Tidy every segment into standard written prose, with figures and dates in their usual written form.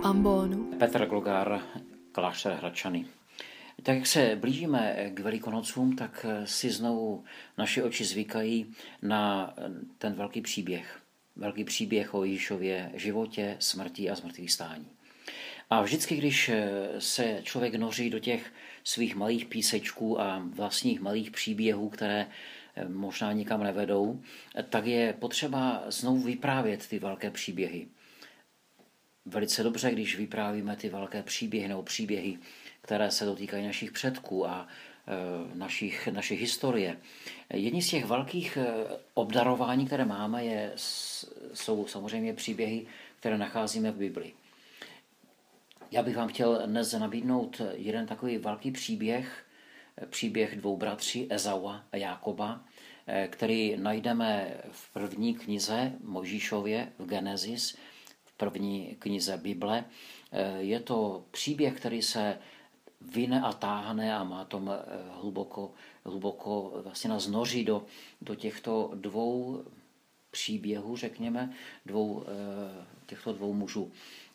u ambonu. Petr Glogár, Klášter Hradčany. Tak jak se blížíme k Velikonocům, tak si znovu naše oči zvykají na ten velký příběh. Velký příběh o Ježíšově životě, smrti a zmrtvýchvstání. A vždycky, když se člověk noří do těch svých malých písečků a vlastních malých příběhů, které možná nikam nevedou, tak je potřeba znovu vyprávět ty velké příběhy. Velice dobře, když vyprávíme ty velké příběhy nebo příběhy, které se dotýkají našich předků a naší historie. Jedni z těch velkých obdarování, které máme, jsou samozřejmě příběhy, které nacházíme v Bibli. Já bych vám chtěl dnes nabídnout jeden takový velký příběh dvou bratří, Ezaua a Jákoba, který najdeme v první knize Mojžíšově v Genesis, v první knize Bible. Je to příběh, který se vine a táhne a má tom hluboko vlastně nás noří do těchto dvou příběhů, řekněme, těchto dvou mužů.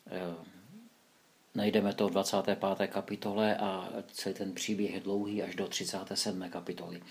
Najdeme to v 25. kapitole a celý ten příběh je dlouhý až do 37. kapitoly.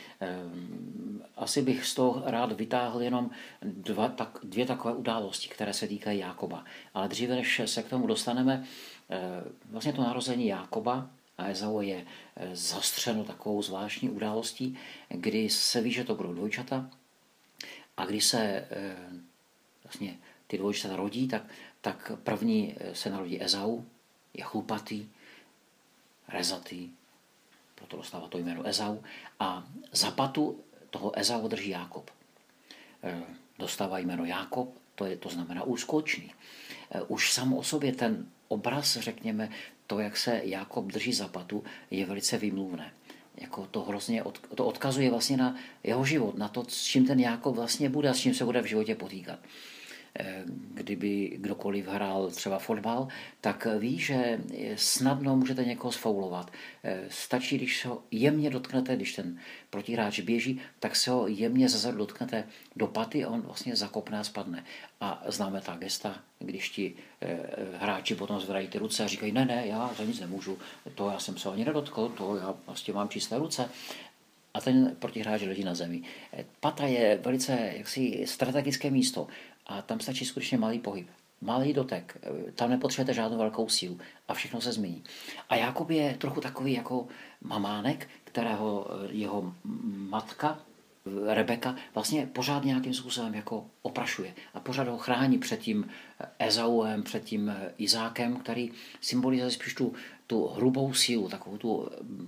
Asi bych z toho rád vytáhl jenom dvě takové události, které se týkají Jákoba. Ale dříve, než se k tomu dostaneme, vlastně to narození Jákoba a Ezau je zastřeno takovou zvláštní událostí, kdy se ví, že to budou dvojčata a když se vlastně ty dvojčata rodí, tak první se narodí Ezau, je chlupatý, rezatý, proto dostává to jméno Ezau, a za patu toho Ezau drží Jákob. Dostává jméno Jákob, to znamená úskočný. Už sám o sobě ten obraz, řekněme, to, jak se Jákob drží za patu, je velice výmluvné. Jako to odkazuje vlastně na jeho život, na to, s čím ten Jákob vlastně bude a s čím se bude v životě potýkat. Kdyby kdokoliv hrál třeba fotbal, tak ví, že snadno můžete někoho sfaulovat. Stačí, když ho jemně dotknete, když ten protihráč běží, tak se ho jemně zezadu dotknete do paty a on vlastně zakopne a spadne. A známe ta gesta, když ti hráči potom zvedají ty ruce a říkají, ne, já za nic nemůžu, to já jsem se ani nedotkl, to já vlastně mám čisté ruce. A ten protihráč leží na zemi. Pata je velice jaksi strategické místo a tam stačí skutečně malý pohyb, malý dotek. Tam nepotřebujete žádnou velkou sílu a všechno se změní. A Jákob je trochu takový jako mamánek, kterého jeho matka Rebeka vlastně pořád nějakým způsobem jako oprašuje a pořád ho chrání před tím Ezauem, před tím Izákem, který symbolizuje spíš tu hrubou sílu, takovou tu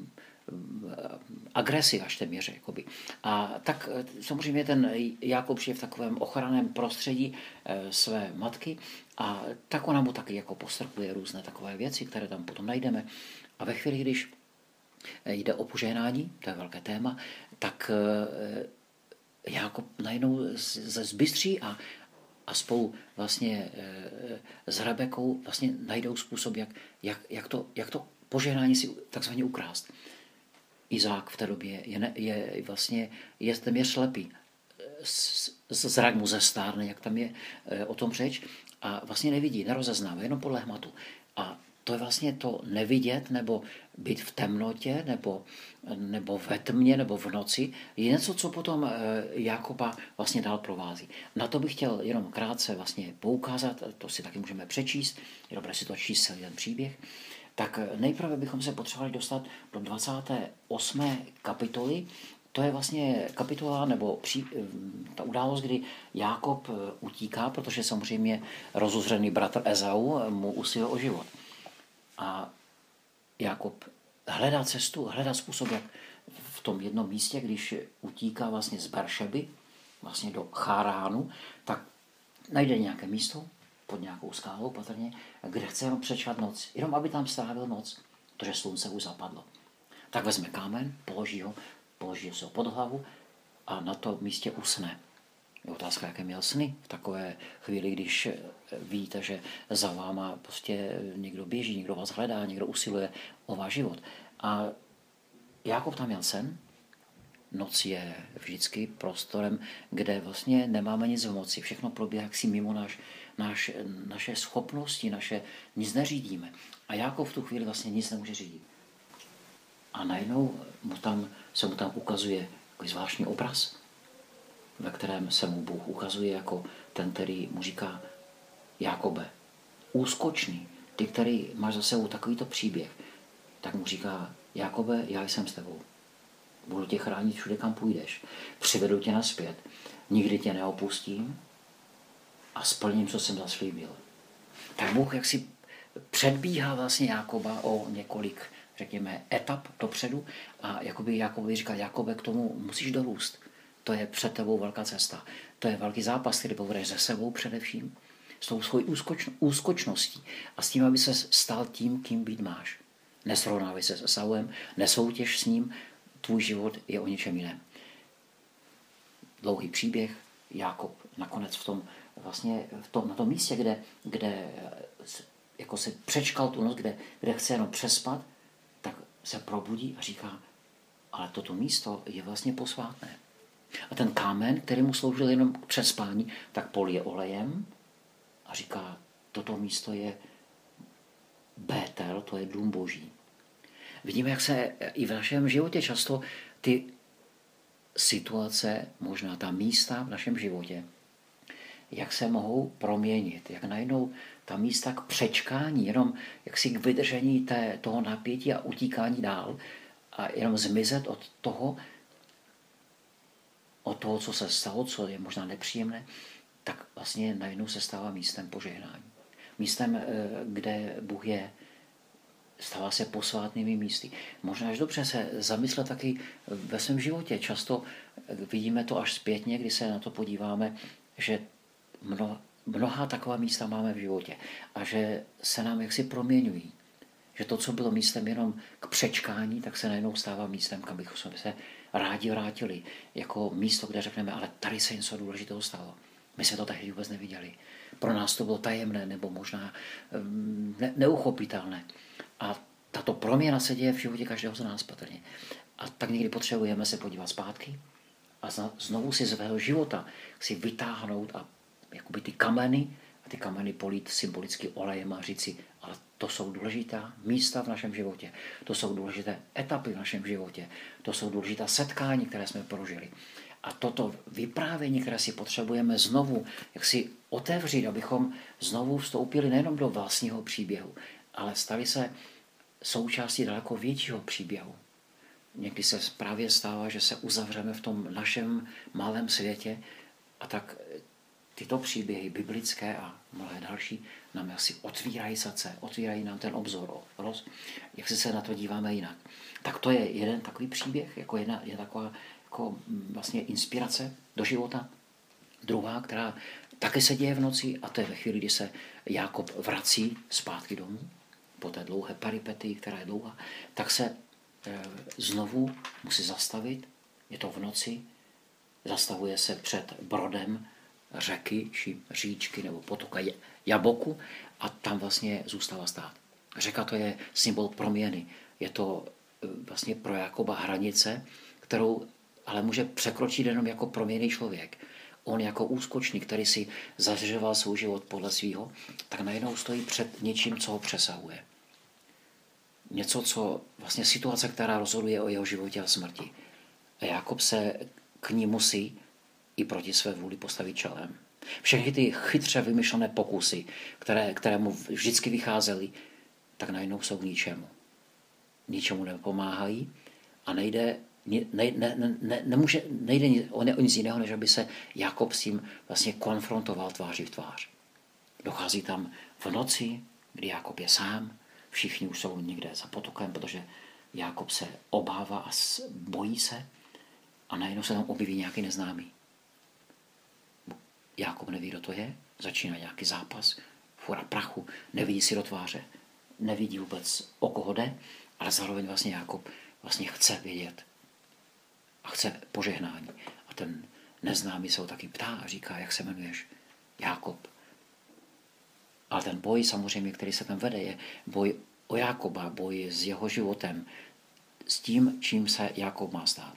agresi až téměř. Jakoby. A tak samozřejmě ten Jákob je v takovém ochranném prostředí své matky a tak ona mu taky jako postrkuje různé takové věci, které tam potom najdeme. A ve chvíli, když jde o požehnání, to je velké téma, tak Jákob najednou zbystří a spolu vlastně s Rebekou vlastně najdou způsob, jak to požehnání si takzvaně ukrást. Izák v té době je téměř slepý. Zrak mu zestárne, jak tam je o tom řeč, a vlastně nevidí, nerozeznává, jenom podle hmatu. A to je vlastně to nevidět, nebo být v temnotě, nebo ve tmě, nebo v noci, je něco, co potom Jákoba vlastně dál provází. Na to bych chtěl jenom krátce vlastně poukázat, to si taky můžeme přečíst, je dobré si to číst celý ten příběh. Tak nejprve bychom se potřebovali dostat do 28. kapitoly. To je vlastně kapitola nebo ta událost, kdy Jákob utíká, protože samozřejmě rozuzřený bratr Ezau mu usiluje o život. A Jákob hledá cestu, hledá způsob, jak v tom jednom místě, když utíká vlastně z Beršeby, vlastně do Cháránu, tak najde nějaké místo, pod nějakou skálou patrně, kde chce jenom přečkat noc. Jenom aby tam strávil noc, protože slunce už zapadlo. Tak vezme kámen, položí se ho pod hlavu a na tom místě usne. Je otázka, jaké měl sny v takové chvíli, když víte, že za váma prostě někdo běží, někdo vás hledá, někdo usiluje o váš život. A Jákob tam měl sen. Noc je vždycky prostorem, kde vlastně nemáme nic v moci. Všechno probíhá jaksi mimo naše schopnosti, nic neřídíme. A Jákob v tu chvíli vlastně nic nemůže řídit. A najednou se mu tam ukazuje takový zvláštní obraz, ve kterém se mu Bůh ukazuje jako ten, který mu říká: Jákobe, úskočný, ty, který máš za sebou takovýto příběh, tak mu říká: Jákobe, já jsem s tebou. Budu tě chránit všude, kam půjdeš. Přivedu tě nazpět. Nikdy tě neopustím a splním, co jsem zaslíbil. Tak Bůh jaksi předbíhá vlastně Jákoba o několik, řekněme, etap dopředu a Jákobovi říká: Jákobe, k tomu musíš dorůst. To je před tebou velká cesta. To je velký zápas, který povedeš se sebou především, s tou svojí úskočností a s tím, aby se stal tím, kým být máš. Nesrovnávej se s Esauem, nesoutěž s ním, tvůj život je o něčem jiném. Dlouhý příběh, Jákob nakonec na tom místě, kde jako se přečkal tu noc, kde chce jenom přespat, tak se probudí a říká: ale toto místo je vlastně posvátné. A ten kámen, který mu sloužil jenom k přespání, tak polije olejem a říká: toto místo je Bétel, to je dům Boží. Vidíme, jak se i v našem životě často ty situace, možná ta místa v našem životě, jak se mohou proměnit, jak najednou ta místa k přečkání, jenom jaksi k vydržení toho napětí a utíkání dál a jenom zmizet od toho, co se stalo, co je možná nepříjemné, tak vlastně najednou se stává místem požehnání. Místem, kde Bůh je, stává se posvátnými místy. Možná až dobře se zamyslet taky ve svém životě. Často vidíme to až zpětně, kdy se na to podíváme, že mnohá taková místa máme v životě a že se nám jaksi proměňují. Že to, co bylo místem jenom k přečkání, tak se najednou stává místem, kam bychom se rádi vrátili. Jako místo, kde řekneme: ale tady se něco důležitého stalo. My jsme to tehdy vůbec neviděli. Pro nás to bylo tajemné nebo možná neuchopitelné. A tato proměna se děje v životě každého z nás patrně. A tak někdy potřebujeme se podívat zpátky a znovu si z svého života si vytáhnout a jakoby ty kameny polít symbolicky olejem a říci: ale to jsou důležitá místa v našem životě, to jsou důležité etapy v našem životě, to jsou důležitá setkání, které jsme prožili. A toto vyprávění, které si potřebujeme znovu jak si otevřít, abychom znovu vstoupili nejenom do vlastního příběhu, ale stali se součástí daleko většího příběhu. Někdy se právě stává, že se uzavřeme v tom našem malém světě a tak tyto příběhy biblické a mnohé další nám asi otvírají srdce, otvírají nám ten obzor, jak se na to díváme jinak. Tak to je jeden takový příběh, je taková jako vlastně inspirace do života. Druhá, která taky se děje v noci, a to je ve chvíli, kdy se Jákob vrací zpátky domů, po té dlouhé peripetii, která je dlouhá, tak se znovu musí zastavit, je to v noci, zastavuje se před brodem řeky, či říčky nebo potoka Jaboku a tam vlastně zůstává stát. Řeka to je symbol proměny, je to vlastně pro Jákoba hranice, kterou ale může překročit jenom jako proměnný člověk. On jako úskočník, který si zařizoval svůj život podle svýho, tak najednou stojí před něčím, co ho přesahuje. Něco, co vlastně situace, která rozhoduje o jeho životě a smrti. A Jákob se k ní musí i proti své vůli postavit čelem. Všechny ty chytře vymyšlené pokusy, které mu vždycky vycházely, tak najednou jsou k ničemu. Ničemu nepomáhají a nejde o nic jiného, než aby se Jákob s tím vlastně konfrontoval tváří v tvář. Dochází tam v noci, kdy Jákob je sám, všichni už jsou někde za potokem, protože Jákob se obává a bojí se a najednou se tam objeví nějaký neznámý. Jákob neví, kdo to je, začíná nějaký zápas, fura prachu, nevidí si do tváře, nevidí vůbec, o koho jde, ale zároveň vlastně Jákob vlastně chce vědět a chce požehnání. A ten neznámý se ho taky ptá a říká: jak se jmenuješ? Jákob. Ale ten boj samozřejmě, který se tam vede, je boj o Jákoba, boj s jeho životem, s tím, čím se Jákob má stát.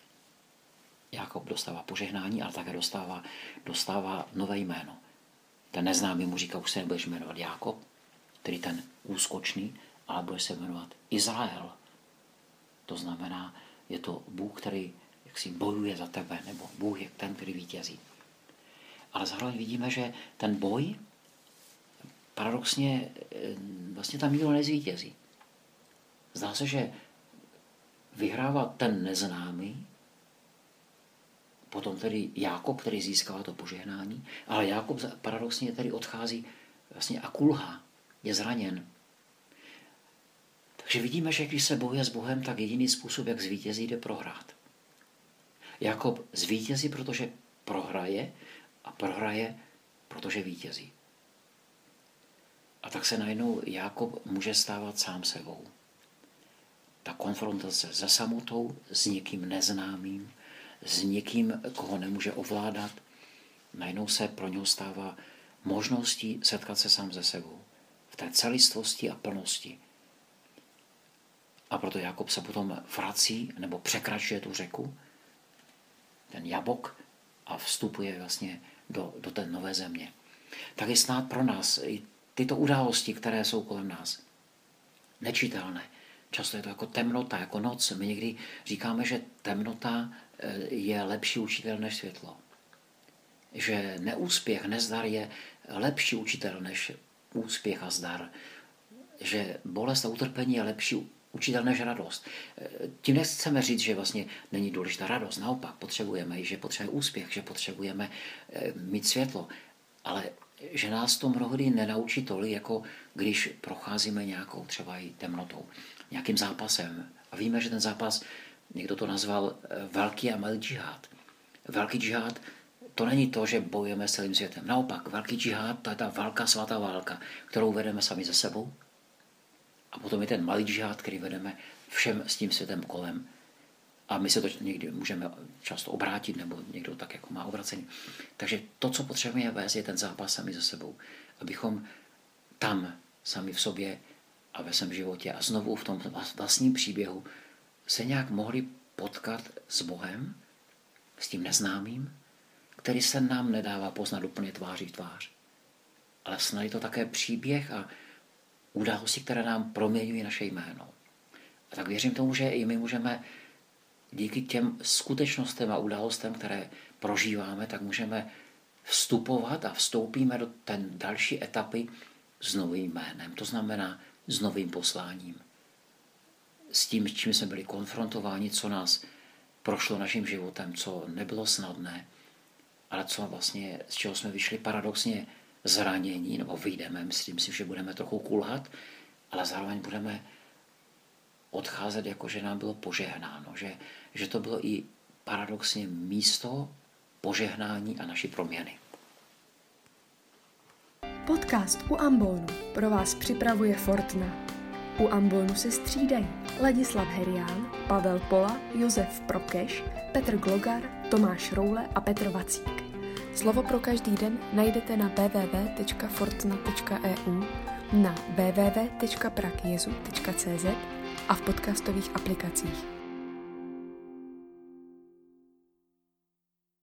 Jákob dostává požehnání, ale také dostává nové jméno. Ten neznámý mu říká, už se nebudeš jmenovat Jákob, tedy ten úskočný, ale bude se jmenovat Izrael. To znamená, je to Bůh, který jaksi bojuje za tebe, nebo Bůh je ten, který vítězí. Ale zároveň vidíme, že ten boj paradoxně vlastně tam nikdo nezvítězí. Zdá se, že vyhrává ten neznámý, potom tedy Jákob, který získává to požehnání, ale Jákob paradoxně tedy odchází vlastně a kulhá, je zraněn. Takže vidíme, že když se bojuje s Bohem, tak jediný způsob, jak zvítězí, jde prohrát. Jákob zvítězí, protože prohraje, a prohraje, protože vítězí. A tak se najednou Jákob může stávat sám sebou. Ta konfrontace se samotou, s někým neznámým, s někým, koho nemůže ovládat, najednou se pro něho stává možností setkat se sám se sebou. V té celistvosti a plnosti. A proto Jákob se potom vrací nebo překračuje tu řeku, ten Jabok, a vstupuje vlastně do té nové země. Tak je snad pro nás i tyto události, které jsou kolem nás, nečitelné. Často je to jako temnota, jako noc. My někdy říkáme, že temnota je lepší učitel než světlo. Že neúspěch, nezdar je lepší učitel než úspěch a zdar. Že bolest a utrpení je lepší učitel než radost. Tím nechceme říct, že vlastně není důležitá radost. Naopak potřebujeme, že potřebujeme úspěch, že potřebujeme mít světlo. Ale že nás to mnohdy nenaučí tolik, jako když procházíme nějakou třeba i temnotou, nějakým zápasem. A víme, že ten zápas, někdo to nazval velký a malý džihád. Velký džihád, to není to, že bojujeme s celým světem. Naopak, velký džihád, to je ta velká svatá válka, kterou vedeme sami ze sebou. A potom je ten malý džihád, který vedeme všem s tím světem kolem. A my se to někdy můžeme často obrátit, nebo někdo tak jako má obracení. Takže to, co potřebujeme vést, je ten zápas sami ze sebou. Abychom tam sami v sobě a ve svém životě a znovu v tom vlastním příběhu se nějak mohli potkat s Bohem, s tím neznámým, který se nám nedává poznat úplně tváří v tvář. Ale snad je to také příběh a události, které nám proměňují naše jméno. A tak věřím tomu, že i my můžeme díky těm skutečnostem a událostem, které prožíváme, tak můžeme vstupovat a vstoupíme do té další etapy s novým jménem. To znamená s novým posláním. S tím, s čím jsme byli konfrontováni, co nás prošlo naším životem, co nebylo snadné, ale co vlastně, z čeho jsme vyšli paradoxně zranění, nebo vyjdeme, myslím si, že budeme trochu kulhat, ale zároveň budeme odcházet, jako že nám bylo požehnáno, že to bylo i paradoxně místo požehnání a naší proměny. Podcast u Ambonu pro vás připravuje Fortna. U Ambonu se střídají Ladislav Herián, Pavel Pola, Josef Prokeš, Petr Glogar, Tomáš Roule a Petr Vacík. Slovo pro každý den najdete na www.fortna.eu, na www.prakjezu.cz a v podcastových aplikacích.